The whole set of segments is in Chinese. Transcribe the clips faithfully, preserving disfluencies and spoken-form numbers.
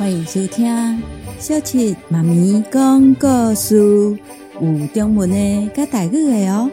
欢迎收听小七妈咪讲故事，有中文的甲台语的哦。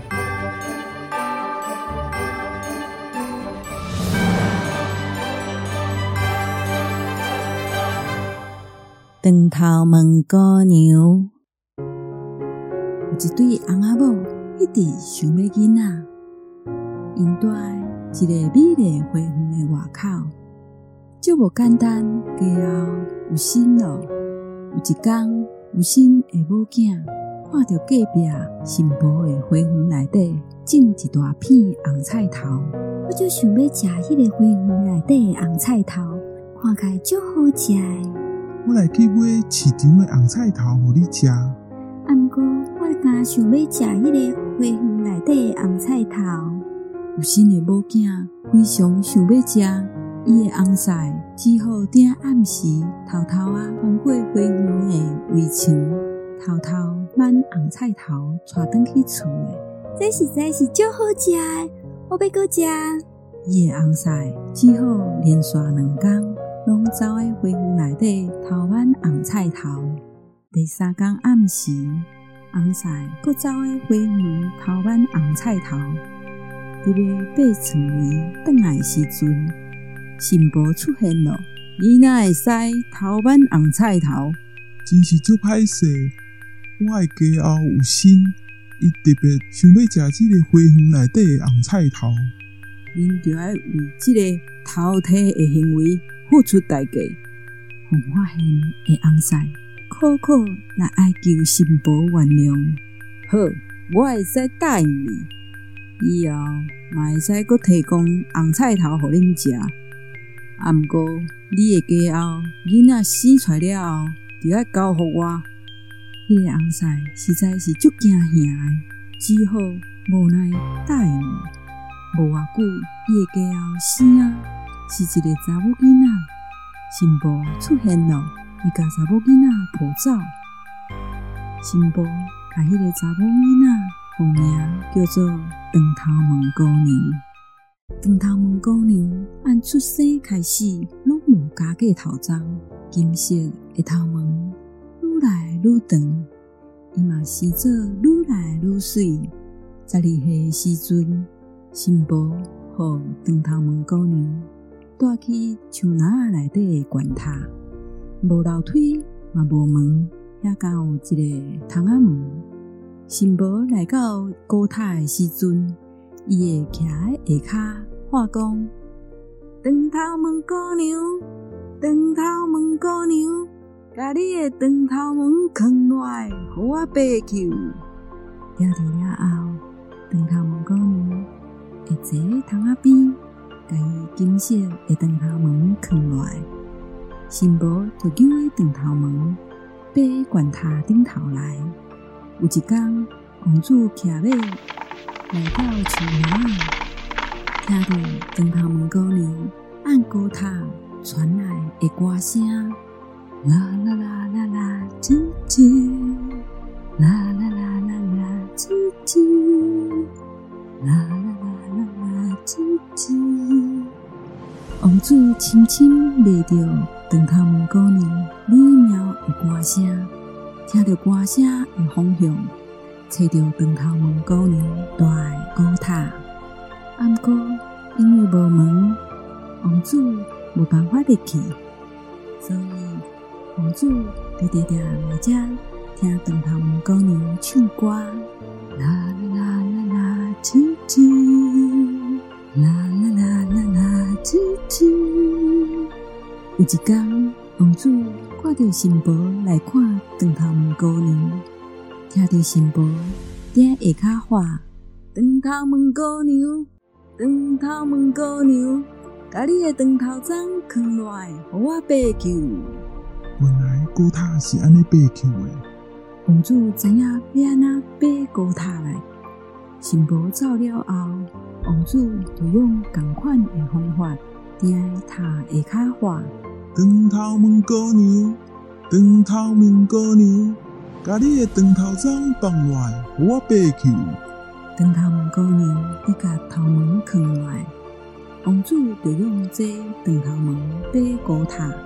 长头毛姑娘，有一对翁仔某一直想要囡仔，因住一个美丽花园的外口。足无简单，家后有新咯。有一天，有新的某囝看到隔壁新婆的花园内底种一大片红菜头， 我就想要食迄个花园内底的红菜头，看起来足好食的。 我来去买市场的红菜头互你食。 啊，毋过我敢想要食迄个花园内底的红菜头。 有新的某囝非常想要食。伊的翁婿只好顶暗时偷偷啊翻过花园的围墙，偷偷挽红菜头带回去厝的。 这实在是足好食的，我要搁食。 伊的翁婿只好连续两天，拢走在花园内底偷挽红菜头。第三天暗时，翁婿搁走在花园偷挽红菜头。伫咧八寸暝转来的时阵，新婆出现了，你哪会使偷挽红菜头？ 真是足歹势！我的家后有新，伊特别想要食这个花园内底的红菜头。 恁就要为这个偷摕的行为付出代价。互发现的翁婿苦苦来哀求新婆原谅。好，我会使答应你，以后嘛会使阁提供红菜头互恁食。啊，毋过你的家后囡仔生出来了后，就要交互我。迄个翁婿实在是足惊吓的，只好无奈答应了。无偌久，伊的家后生啊是一个查某囡仔。新婆出现了，伊甲查某囡仔抱走。新婆甲迄个查某囡仔互名叫做长头毛姑娘。长头毛姑娘按出生开始，拢无加过头鬃，金色的头毛愈来愈长，伊嘛生做愈来愈水。十二岁的时阵，新婆互长头毛姑娘带去树林内底的悬塔，无楼梯嘛无门，遐敢有一个窗仔门。新婆来到高塔的时阵，伊会徛在下骹话讲：长头毛姑娘，长头毛姑娘，甲你的长头毛藏落来，互我爬去。听到了后，长头毛姑娘会坐在窗仔边，甲伊金色的长头毛藏落来。新婆就揪起长头毛，爬悬塔顶头来。有一天，公主骑马来到树林，听到长头毛姑娘按高塔传来的歌声，啦啦啦啦啦吱吱，啦啦啦啦啦吱吱，啦啦啦啦啦吱吱。王子深深迷着长头毛姑娘美妙的歌声，听到歌声的方向，找到长头毛姑娘住的高塔。啊，毋过因为无门，王子无办法入去，所以王子就直直来遮听长头毛姑娘唱歌，啦啦啦啦啦吱吱，啦啦啦啦啦吱吱。有一天，王子看到新婆来看长头毛姑娘，听到新婆伫下骹话：长头毛姑娘，长头毛姑娘，甲你的长头鬃藏落来，互我爬去。 原来高塔是安尼爬去的。 王子知影要安怎爬高塔来，新婆走了后，王子就用同款的方法，伫塔下骹画： 长头毛姑娘，长头毛姑娘，甲你的长头鬃放落来，互我爬去。 长头毛姑娘伊甲头毛藏落来，王子就用这长头毛爬高塔。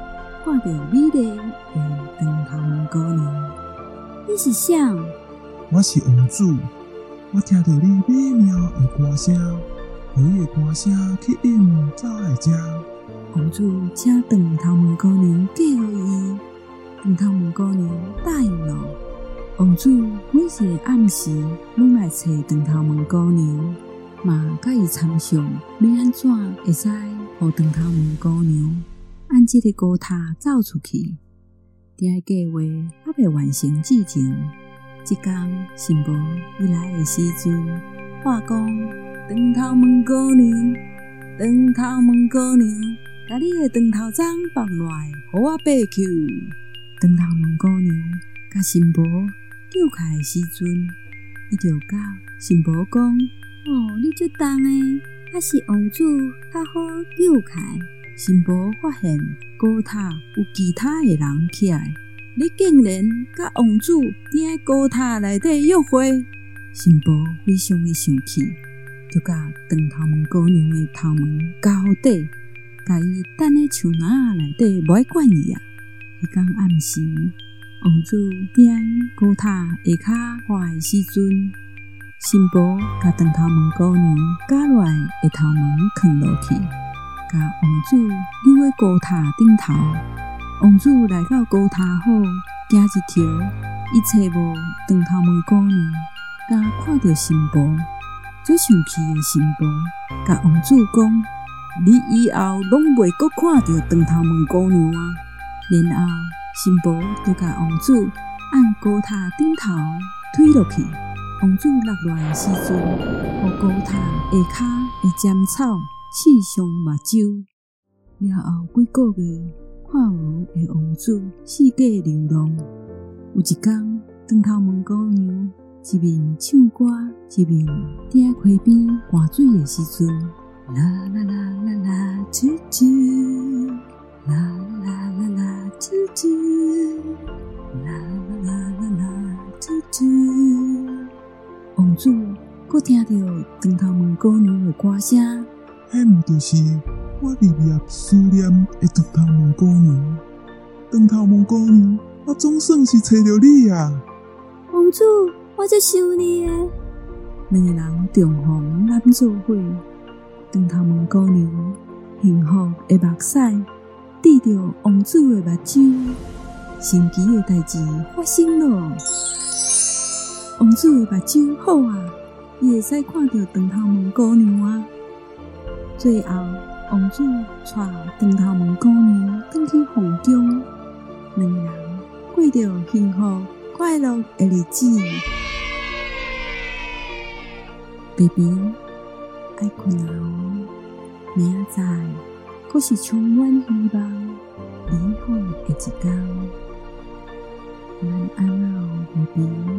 看到美丽的长头毛姑娘。 你是谁？ 我是王子，我听到你美妙的歌声，予伊的歌声吸引走来遮。 王子请长头毛姑娘嫁予伊，长头毛姑娘答应了。王子每一个暗时拢来找长头毛姑娘，嘛甲伊参详要安怎会使互长头毛姑娘按这个高塔走出去。伫个计划还未完成之前，一天新妇伊来的时阵，话讲长头毛姑娘，长头毛姑娘，甲你的长头鬃放来，互我爬去。长头毛姑娘甲新妇救开的时阵，伊就甲新妇讲： 哦，你足重诶，还是王子较好救开。 新妇发现高塔有其他的人起来，你竟然甲王子伫在高塔内底约会。新妇非常的生气，就甲长头毛姑娘的头毛交底，甲伊等在树林内底，无爱管伊啊。迄天暗时，王子伫在高塔下骹画的时阵，新妇甲长头毛姑娘夹落来的头毛放落去，甲王子溜在高塔顶头。王子来到高塔后，行一条，伊找无长头毛姑娘，甲看到新妇，最生气的新妇甲王子讲：你以后拢袂阁看到长头毛姑娘啊！然后新妇就甲王子按高塔顶头推落去。王子落落来的时阵，互高塔下骹的尖草刺伤目睭。了后几个月，看无的王子四界流浪。有一天，长头毛姑娘一面唱歌，一面伫在溪边划水的时阵，啦啦啦啦啦，吱吱，啦啦啦啦，吱吱，啦啦啦啦啦，吱吱。王子阁听到长头毛姑娘的歌声， 迄毋就是我日夜思念的长头毛姑娘？长头毛姑娘，我总算是找到你啊！ 王子，我足想你诶。 两个人重逢揽做伙，长头毛姑娘幸福的目屎滴到王子的目睭，神奇的代志发生了。王子的目睭好啊，伊会使看到长头毛姑娘啊。最后，王子带长头毛姑娘返去皇宫，两个人过着幸福快乐的日子。baby， 爱困啊哦，明仔载阁是充满希望美好的一天。晚安哦 ，baby。